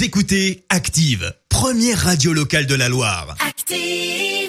Vous écoutez Active, première radio locale de la Loire. Active,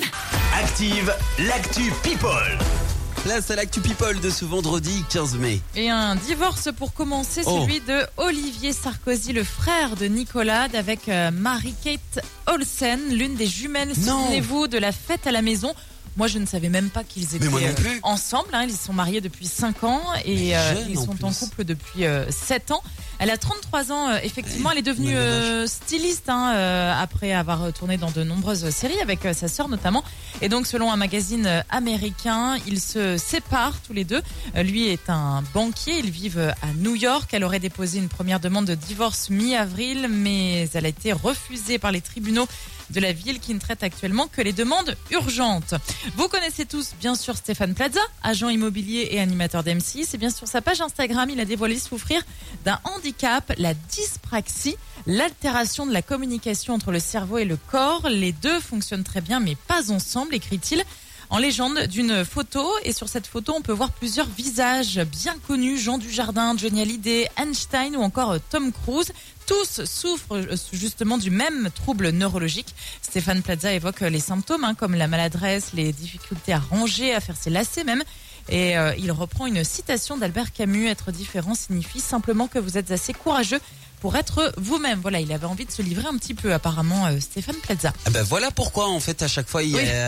l'actu People. Place à l'actu People de ce vendredi 15 mai. Et un divorce pour commencer, celui de Olivier Sarkozy, le frère de Nicolas, avec Mary-Kate Olsen, l'une des jumelles, souvenez-vous, de la fête à la maison. Moi, je ne savais même pas qu'ils étaient ensemble. Ils sont mariés depuis 5 ans et ils sont en couple depuis 7 ans. Elle a 33 ans, effectivement. Elle est devenue styliste après avoir tourné dans de nombreuses séries avec sa sœur notamment. Et donc, selon un magazine américain, ils se séparent tous les deux. Lui est un banquier. Ils vivent à New York. Elle aurait déposé une première demande de divorce mi-avril, mais elle a été refusée par les tribunaux de la ville qui ne traite actuellement que les demandes urgentes. Vous connaissez tous bien sûr Stéphane Plaza, agent immobilier et animateur d'M6. Et bien sur sa page Instagram, il a dévoilé souffrir d'un handicap, la dyspraxie, l'altération de la communication entre le cerveau et le corps. Les deux fonctionnent très bien mais pas ensemble, écrit-il en légende d'une photo. Et sur cette photo, on peut voir plusieurs visages bien connus, Jean Dujardin, Johnny Hallyday, Einstein ou encore Tom Cruise. Tous souffrent justement du même trouble neurologique. Stéphane Plaza évoque les symptômes comme la maladresse, les difficultés à ranger, à faire ses lacets même. Et il reprend une citation d'Albert Camus, être différent signifie simplement que vous êtes assez courageux pour être vous-même. Voilà, il avait envie de se livrer un petit peu apparemment, Stéphane Plaza. Voilà pourquoi en fait à chaque fois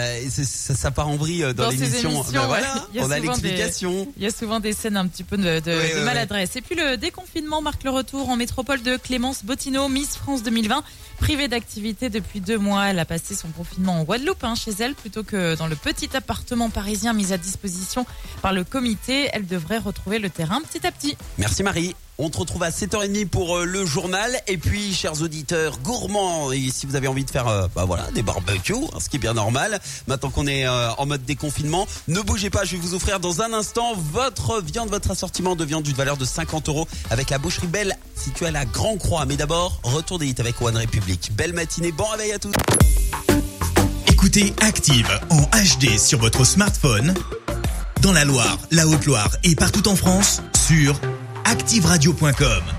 ça part en vrille dans l'émission. On a l'explication. Il y a souvent des scènes un petit peu de maladresse. Et puis le déconfinement marque le retour en métropole de Clémence Bottineau, Miss France 2020. Privée d'activité depuis 2 mois, elle a passé son confinement en Guadeloupe, chez elle, plutôt que dans le petit appartement parisien mis à disposition par le comité. Elle devrait retrouver le terrain petit à petit. Merci Marie. On te retrouve à 7h30 pour le journal. Et puis, chers auditeurs gourmands, et si vous avez envie de faire des barbecues, ce qui est bien normal, maintenant qu'on est en mode déconfinement, ne bougez pas, je vais vous offrir dans un instant votre assortiment de viande d'une valeur de 50 € avec la boucherie Belle, située à la Grand Croix. Mais d'abord, retour des hits avec One Republic. Belle matinée, bon réveil à tous. Écoutez Active en HD sur votre smartphone, dans la Loire, la Haute-Loire et partout en France, sur activeradio.com.